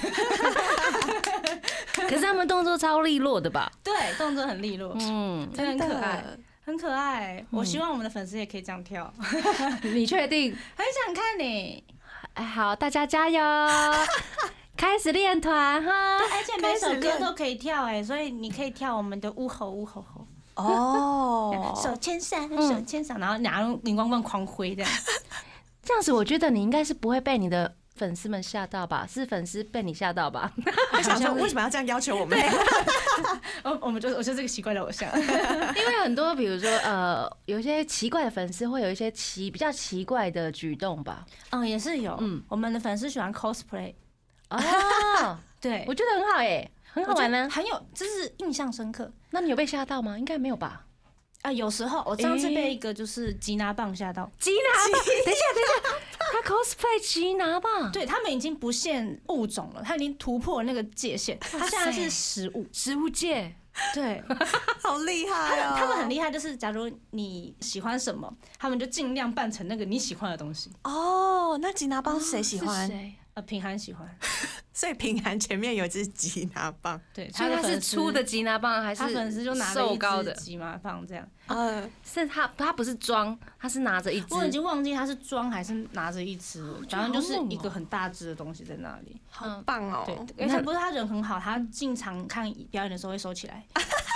可是他们动作超利落的吧？ 对，动作很利落，嗯，真的很可爱，很可爱。我希望我们的粉丝也可以这样跳。 你确定？ 很想看你。 哎，好，大家加油，开始练团哈！ 而且每首歌都可以跳哎，所以你可以跳我们的呜吼呜吼吼。 哦， 手牵上，手牵上，然后拿荧光棒狂挥这样。 这样子，我觉得你应该是不会被你的粉丝们吓到吧？是粉丝被你吓到吧？ 我想说，为什么要这样要求我们？ 我我们就我就是这个奇怪的偶像， 因为很多比如说呃，有一些奇怪的粉丝会有一些奇比较奇怪的举动吧？ 嗯，也是有。嗯，我们的粉丝喜欢 cosplay。 哦， 对， 我觉得很好哎。很好玩呢， 很有，就是印象深刻。 那你有被吓到吗？应该没有吧？ 啊，有时候我上次被一个就是吉拿棒吓到。 吉拿棒，等一下，等一下，他 cosplay 吉拿棒， 对他们已经不限物种了，他已经突破那个界限，他现在是食物， 食物界。 对， 好厉害哦！ 他们很厉害，就是假如你喜欢什么，他们就尽量扮成那个你喜欢的东西。 哦，那吉拿棒是谁喜欢？ 谁？呃，平涵喜欢。 所以平涵前面有一支吉拿棒， 对， 所以他是粗的吉拿棒还是他粉丝就拿了一支吉拿棒这样？ 呃，是他他不是装，他是拿着一支。 我已经忘记他是装还是拿着一支了，反正就是一个很大支的东西在那里， 好棒哦！ 对，而且不是他人很好，他进场看表演的时候会收起来。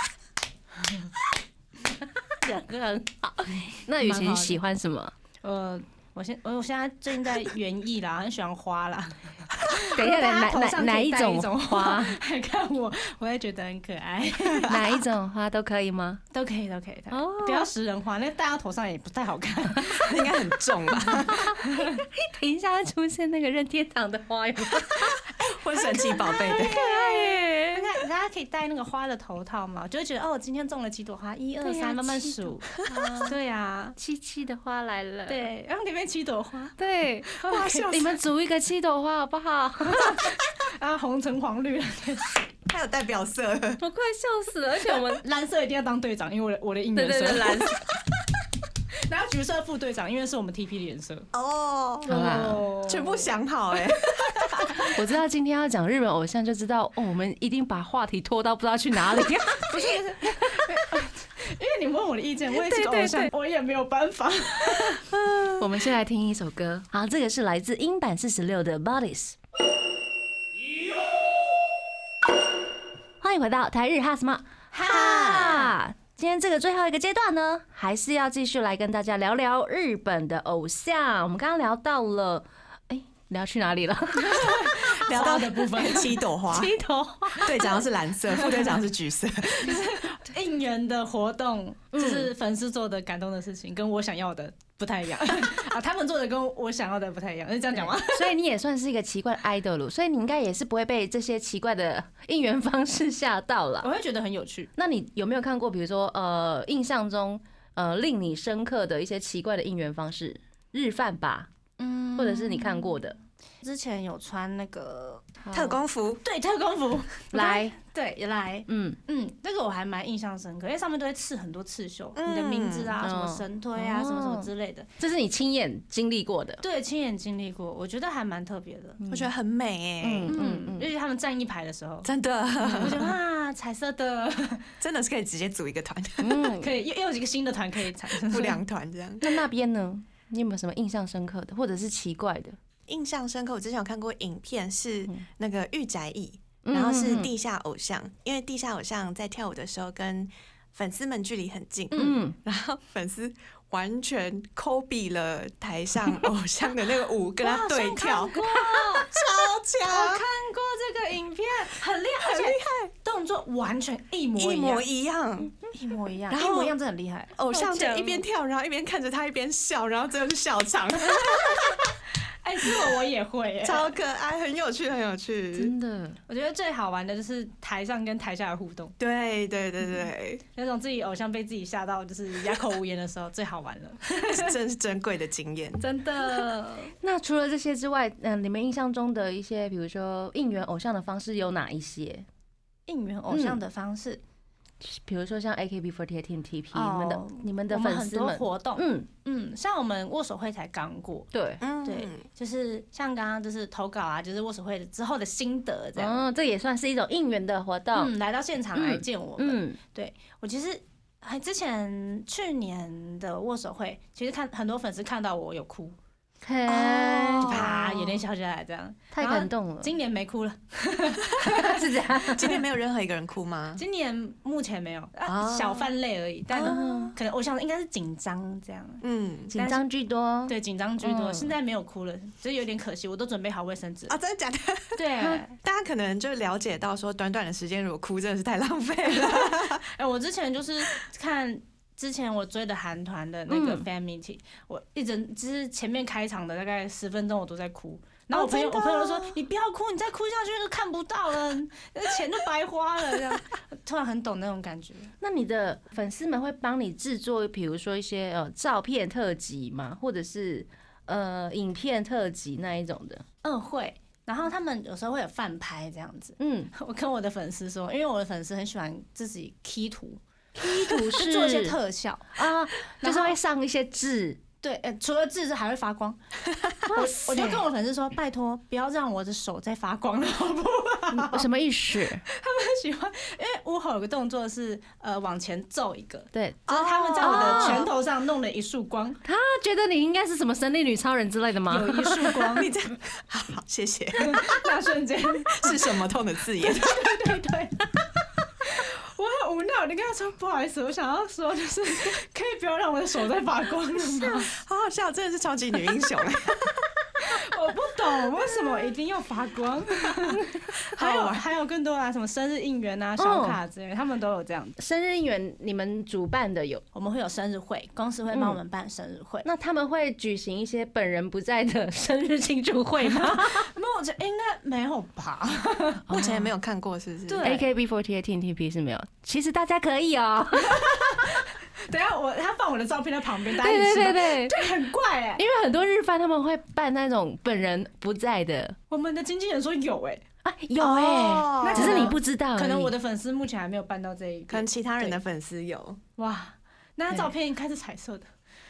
两个很好。那雨晴喜欢什么？ 呃。我现我我现在最近在园艺啦，很喜欢花啦。 等一下，哪哪哪一种花？ 还看我，我会觉得很可爱。 哪一种花都可以吗？ 都可以，都可以。哦，不要食人花，那戴到头上也不太好看， 应该很重吧？ 等一下会出现那个任天堂的花，有没有？ 或神奇宝贝的， 可爱耶！大家可以戴那个花的头套嘛，我就会觉得哦，今天种了几朵花，一二三，慢慢数。对呀， 七七的花来了。 对，然后里面七朵花。 对，你们组一个七朵花好不好？ 啊，红橙黄绿， 它有代表色， 我快笑死了。而且我们蓝色一定要当队长，因为我的我的应援色蓝色。 然后橘色副队长，因为是我们 T P 的颜色。 哦，哦，全部想好哎。 我知道今天要讲日本偶像，就知道哦，我们一定把话题拖到不知道去哪里。不是不是， 因为你问我的意见，我也是个偶像，我也没有办法。 我们先来听一首歌，好，这个是来自英版四十六的 Bodies。欢迎回到台日哈什么哈。今天这个最后一个阶段呢，还是要继续来跟大家聊聊日本的偶像。我们刚刚聊到了，哎、欸，聊去哪里了？ 聊到的部分七朵花， 七朵花， 队长是蓝色，副队长是橘色。 应援的活动就是粉丝做的感动的事情，跟我想要的不太一样啊。他们做的跟我想要的不太一样，是这样讲吗？ 所以你也算是一个奇怪的 idol， 所以你应该也是不会被这些奇怪的应援方式吓到了。 我会觉得很有趣。 那你有没有看过，比如说呃，印象中呃令你深刻的一些奇怪的应援方式，日范吧，嗯，或者是你看过的？ 之前有穿那个特工服， 对，特工服来， 对，也来，嗯嗯，这个我还蛮印象深刻，因为上面都会刺很多刺绣，你的名字啊，什么神推啊，什么什么之类的， 这是你亲眼经历过的， 对，亲眼经历过，我觉得还蛮特别的， 我觉得很美哎， 嗯嗯嗯，尤其他们站一排的时候， 真的， 我觉得啊，彩色的， 真的是可以直接组一个团， 嗯，可以又又有几个新的团可以产生， 不良团这样。 那那边呢？你有没有什么印象深刻的，或者是奇怪的？ 印象深刻，我之前有看过影片，是那个御宅艺，然后是地下偶像，因为地下偶像在跳舞的时候跟粉丝们距离很近，嗯，然后粉丝完全 copy 了台上偶像的那个舞，跟他对跳，超强！ 我看过这个影片，很厉害，很厉害，动作完全一模一模一样， 一模一样，然后一模一样，真的很厉害。 偶像就一边跳，然后一边看着他，一边笑，然后最后是笑场。 哎、欸，是我我也会耶， 超可爱，很有趣，很有趣， 真的。 我觉得最好玩的就是台上跟台下的互动。 对对对对， 那种自己偶像被自己吓到就是哑口无言的时候，最好玩了， 真是珍贵的经验， 真的。 那除了这些之外，嗯，你们印象中的一些，比如说应援偶像的方式有哪一些？ 应援偶像的方式。嗯， 比如说像 A K B四十八 Team T P， 你们的你们的粉丝们很多活动，嗯嗯，像我们握手会才刚过， 对对，就是像刚刚就是投稿啊，就是握手会之后的心得这样， 嗯，这也算是一种应援的活动， 嗯，来到现场来见我们，嗯，对我其实还之前去年的握手会，其实看很多粉丝看到我有哭。 就啪，眼泪笑下来，这样太感动了。 今年没哭了， 是这样。 今年没有任何一个人哭吗？ 今年目前没有，啊、小泛泪而已。但可能我想应该是紧张这样， 嗯，紧张居多。 对，紧张居多。现在没有哭了，所以有点可惜。我都准备好卫生纸啊，真的假的？ 对， 大家可能就了解到说，短短的时间如果哭，真的是太浪费了。 哎，我之前就是看。之前我追的韩团的那个 fan meeting，、嗯、我一整就是前面开场的大概十分钟我都在哭，然后我朋友、哦、我朋友就说你不要哭，你再哭下去就看不到了，那个钱就白花了这样。突然很懂那种感觉。 那你的粉丝们会帮你制作，比如说一些呃照片特辑吗？或者是呃影片特辑那一种的？ 嗯，会。然后他们有时候会有饭拍这样子。嗯，我跟我的粉丝说，因为我的粉丝很喜欢自己 key 图。 P 图是做一些特效啊，就是会上一些字， 对，呃，除了字是还会发光。我我就跟我粉丝说，拜托不要让我的手再发光了，好不好？ 什么意思？ 他们喜欢，因为乌吼有个动作是呃往前揍一个， 对， 就是他们在我的拳头上弄了一束光。 他觉得你应该是什么神力女超人之类的吗？ 有一束光， 你这样好好谢谢。 那瞬间是什么痛的字眼？ 对对对。我很无奈，我就跟他说不好意思，我想要说就是可以不要让我的手再发光了吗？ 好好笑，真的是超级女英雄。 我不懂懂为什么一定要发光。还有还有更多啊，什么生日应援啊、小卡之类的，他们都有这样。 生日应援你们主办的有？ 我们会有生日会，公司会帮我们办生日会。 那他们会举行一些本人不在的生日庆祝会吗？ 目前应该没有吧？ 目前没有看过，是不是？ 对 ，A K B四十八 T N T P 是没有。其实大家可以哦。 等一下我他放我的照片在旁边，大家对对对对， 对，很怪哎、欸。 因为很多日饭他们会办那种本人不在的。 我们的经纪人说有哎、 欸，啊有哎、欸，那、哦、只是你不知道。 可能我的粉丝目前还没有办到这一个， 可能其他人的粉丝有。 哇，那照片应该是彩色的。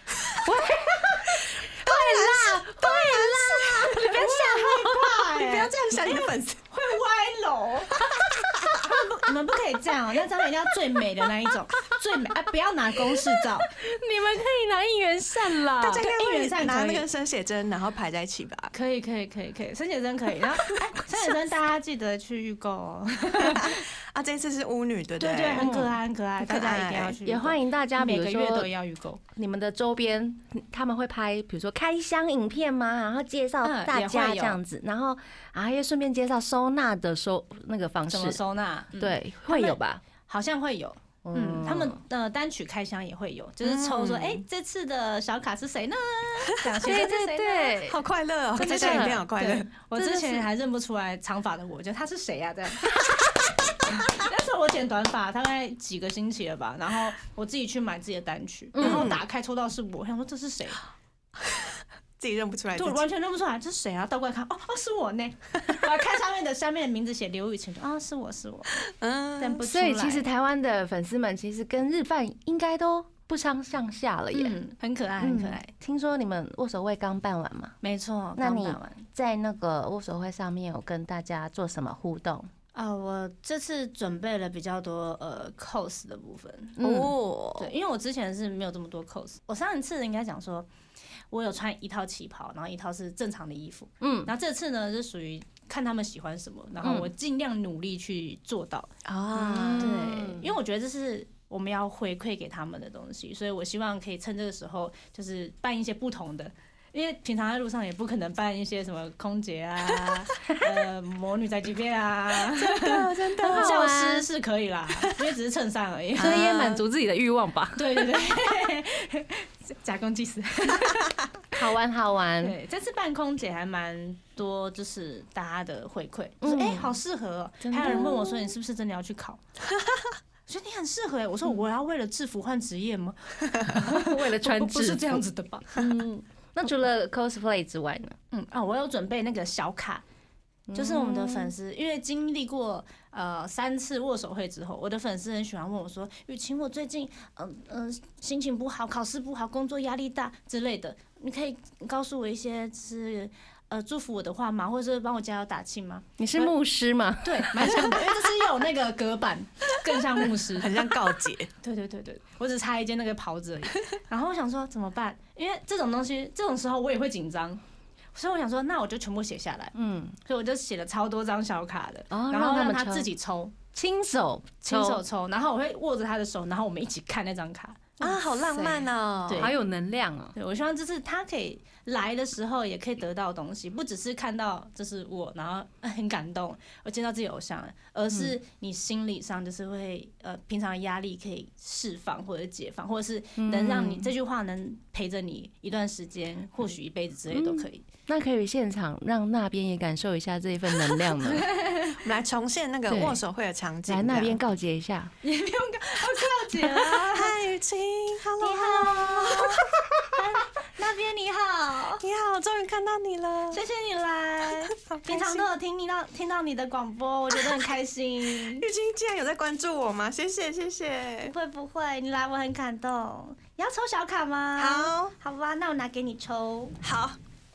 对啦，对啦， 你不要吓害怕、欸， 你不要这样想，你的粉丝会歪楼。你们不可以这样，那张一定要最美的那一种，最美啊！不要拿公式照， 你们可以拿应援扇啦。 大家应援扇拿那个生写真，然后排在一起吧。 可以，可以，可以，可以，生写真可以。然后，哎，生写真大家记得去预购哦。 啊，这次是巫女，对不对？ 对对，很可爱，很可爱，大家一定要去。 也欢迎大家，比如说每个月都要预购。 你们的周边他们会拍，比如说开箱影片吗？然后介绍大家这样子，然后啊，也顺便介绍收纳的收那个方式。 怎么收纳？ 对，会有吧？ 好像会有。嗯，他们的单曲开箱也会有，就是抽说，哎，这次的小卡是谁呢？ 对对对， 好快乐哦！这张影片好快乐。 我之前还认不出来长发的我，觉得他是谁呀？这样。那时候我剪短发，大概几个星期了吧，然后我自己去买自己的单曲，然后打开抽到是我，想说这是谁？ 自己认不出来， 对，完全认不出来，这是谁啊？倒过来看，哦哦，是我呢。我看上面的下面的名字写刘雨晴，啊，是我是我，嗯，认不出来。 所以其实台湾的粉丝们其实跟日饭应该都不相上下了耶， 嗯，很可爱，很可爱。 听说你们握手会刚办完嘛？ 没错， 那你在那个握手会上面有跟大家做什么互动？ 啊，我这次准备了比较多呃 cos 的部分哦， 对，因为我之前是没有这么多 cos， 我上一次应该讲说。我有穿一套旗袍，然后一套是正常的衣服，嗯，然后这次呢是属于看他们喜欢什么，然后我尽量努力去做到啊，对，因为我觉得这是我们要回馈给他们的东西，所以我希望可以趁这个时候就是办一些不同的。因为平常在路上也不可能扮一些什么空姐啊、呃魔女宅急便啊， 真的真的， 教师是可以啦，因为只是衬衫而已， 所以也满足自己的欲望吧。 对对对，假公济私， 好玩好玩。 对，这次扮空姐还蛮多，就是大家的回馈，就是哎、欸、好适合哦、喔。还有人问我说你是不是真的要去考？我觉得你很适合哎、欸，我说我要为了制服换职业吗？ 为了穿制服不是这样子的吧？ 嗯。那除了 cosplay 之外呢？ 嗯啊，我有准备那个小卡，就是我们的粉丝，因为经历过呃三次握手会之后，我的粉丝很喜欢问我说：“雨晴，我最近嗯嗯、呃、心情不好，考试不好，工作压力大之类的，你可以告诉我一些就是呃祝福我的话吗？或者是帮我加油打气吗？” 你是牧师吗？ 对，蛮像的，因为这是有那个隔板，更像牧师， 很像告解。 对对对对，我只差一件那个袍子而已。然后我想说怎么办？因为这种东西，这种时候我也会紧张，所以我想说，那我就全部写下来。嗯，所以我就写了超多张小卡的， 哦、 然后让他自己抽， 亲手亲手抽，然后我会握着他的手，然后我们一起看那张卡。 啊，好浪漫哦！ 对，好有能量哦。 对，我希望就是他可以来的时候也可以得到东西，不只是看到就是我，然后很感动，我见到自己偶像，而是你心理上就是会呃平常的压力可以释放或者解放，或者是能让你这句话能陪着你一段时间，或许一辈子之类都可以。 那可以现场让那边也感受一下这一份能量呢？ 我们来重现那个握手会的场景， 来那边告诫一下， 也不用告告诫啊。 嗨，雨晴 ，Hello， 你好，那边你好， 你好，终于看到你了， 谢谢你来。平常都有听到听到你的广播，我觉得很开心。 雨晴竟然有在关注我吗？谢谢谢谢。 不会不会，你来我很感动。你要抽小卡吗？ 好， 好吧，那我拿给你抽。 好。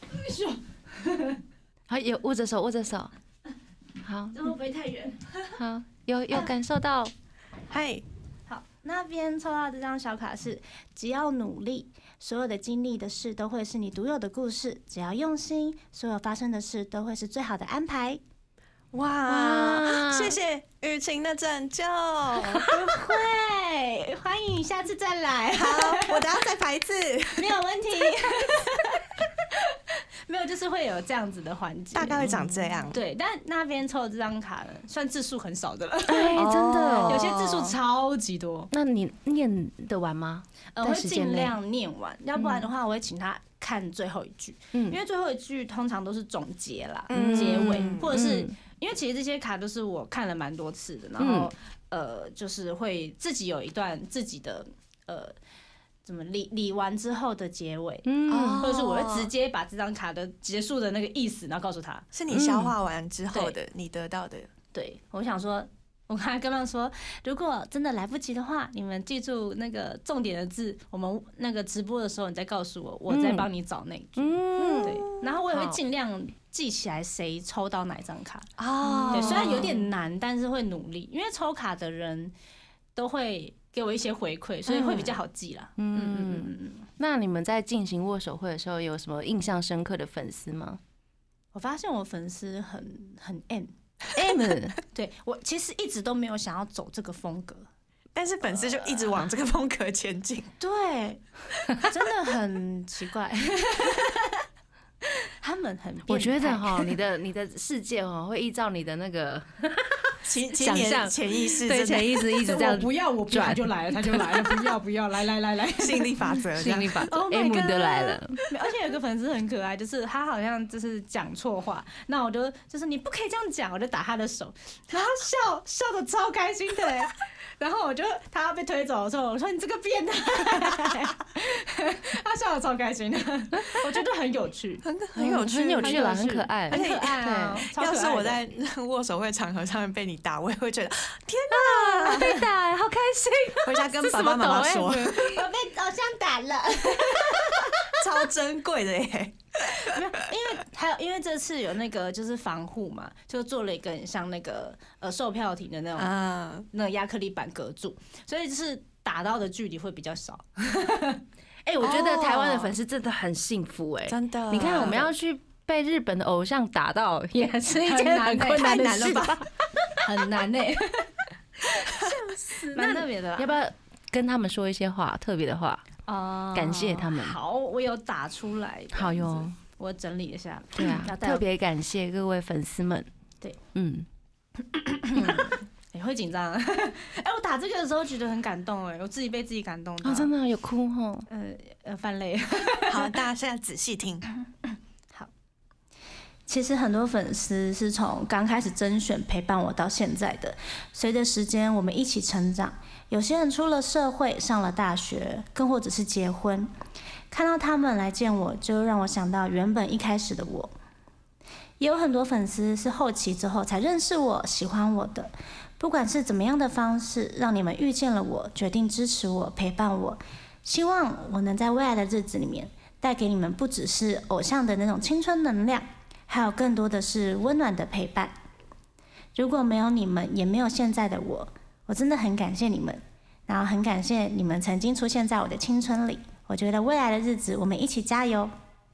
好，有握着手，握着手。好， 这会不会太远？ 好，有有感受到。 嗨， 好，那边抽到这张小卡是：只要努力，所有的经历的事都会是你独有的故事；只要用心，所有发生的事都会是最好的安排。 哇，谢谢雨晴的拯救。 不会，欢迎你下次再来。 好，我等下再排一次， 没有问题。 没有，就是会有这样子的环节， 大概会长这样。 对，但那边抽的这张卡算字数很少的了。 哎，真的， 有些字数超级多。 那你念得完吗？ 呃，会尽量念完，要不然的话，我会请他看最后一句，因为最后一句通常都是总结啦、结尾，或者是因为其实这些卡都是我看了蛮多次的，然后呃，就是会自己有一段自己的呃。怎么理理完之后的结尾，嗯，或者是我会直接把这张卡的结束的那个意思，然后告诉他， 是你消化完之后的，你得到的。 对，我想说，我刚才跟他们说，如果真的来不及的话，你们记住那个重点的字，我们那个直播的时候你再告诉我，我再帮你找那句。嗯，对，然后我也会尽量记起来谁抽到哪张卡。哦，对，虽然有点难，但是会努力，因为抽卡的人都会给我一些回馈，所以会比较好记啦。嗯嗯嗯嗯。 那你们在进行握手会的时候，有什么印象深刻的粉丝吗？ 我发现我粉丝很很 M M， 对我其实一直都没有想要走这个风格， 但是粉丝就一直往这个风格前进。 对，真的很奇怪。他们很， 我觉得哈，你的你的世界哈会依照你的那个想象、潜意识， 对潜意识一直这样。 不要，我不要，他就来了，他就来了，不要不要，来来来来， 吸引力法则， 吸引力法则 ，M 都来了。 而且有个粉丝很可爱，就是他好像就是讲错话，那我就就是你不可以这样讲，我就打他的手，然后笑笑得超开心的。然后我就他要被推走的时候，我说你这个变态，他笑得超开心的，我觉得很有趣， 很很有趣， 很有趣了，很可爱， 很可爱啊！ 要是我在握手会场合上面被你打，我也会觉得天哪，被打好开心， 回家跟爸爸妈妈说，我被偶像打了， 超珍贵的耶。 因为还有，因为这次有那个就是防护嘛，就做了一个很像那个呃售票亭的那种、啊、那个亚克力板隔住，所以就是打到的距离会比较少。 哎、欸，我觉得台湾的粉丝真的很幸福哎、欸， 真的。 你看我们要去被日本的偶像打到，也是一件很困难的事吧？ 很难哎、欸， 笑死， 蛮特别的。 要不要跟他们说一些话，特别的话？哦，感谢他们。 好，我有打出来。 好哟， 我整理一下。 对啊，特别感谢各位粉丝们。 对，嗯，你会紧张。哎，我打这个的时候觉得很感动哎，我自己被自己感动到。 哦，真的有哭哈。 呃呃，泛泪。 好，大家现在仔细听。 好，其实很多粉丝是从刚开始甄选陪伴我到现在的，随着时间我们一起成长。有些人出了社会，上了大学，更或者是结婚，看到他们来见我，就让我想到原本一开始的我。也有很多粉丝是后期之后才认识我、喜欢我的。不管是怎么样的方式，让你们遇见了我，决定支持我、陪伴我。希望我能在未来的日子里面，带给你们不只是偶像的那种青春能量，还有更多的是温暖的陪伴。如果没有你们，也没有现在的我。我真的很感谢你们，然后很感谢你们曾经出现在我的青春里。我觉得未来的日子，我们一起加油。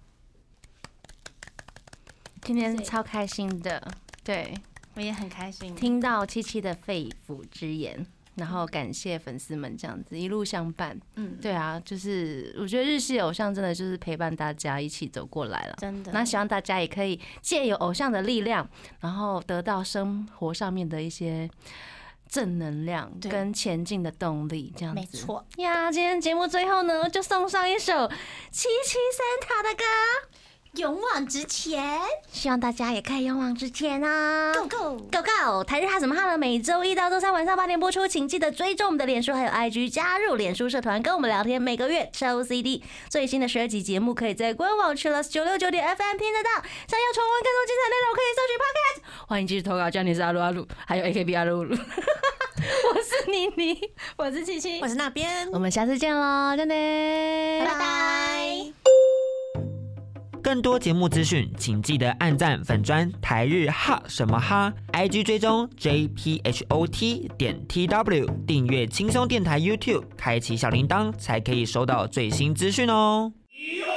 今天超开心的，对我也很开心， 听到七七的肺腑之言，然后感谢粉丝们这样子一路相伴。嗯，对啊，就是我觉得日系偶像真的就是陪伴大家一起走过来了， 真的。 那希望大家也可以借由偶像的力量，然后得到生活上面的一些正能量跟前进的动力，这样子。 没错呀，今天节目最后呢，就送上一首七七三塔的歌《 勇往直前》， 希望大家也可以勇往直前啊 ！Go go go go！ 台日哈什么哈呢？每周一到周三晚上八点播出，请记得追踪我们的脸书还有 I G， 加入脸书社团跟我们聊天。每个月抽 C D， 最新的十二集节目可以在官网 Chillus 九六九点 F M 听得到。想要重温更多精彩内容，可以搜取 Podcast。欢迎继续投稿，叫你是阿鲁阿鲁，还有 A K B 阿鲁鲁。我是妮妮， 我是七七， 我是那边， 我们下次见喽，真的， 拜拜。 更多节目资讯，请记得按赞粉专台日哈什么哈 ，I G 追踪 J P H O T 点 T W， 订阅轻松电台 YouTube， 开启小铃铛，才可以收到最新资讯哦。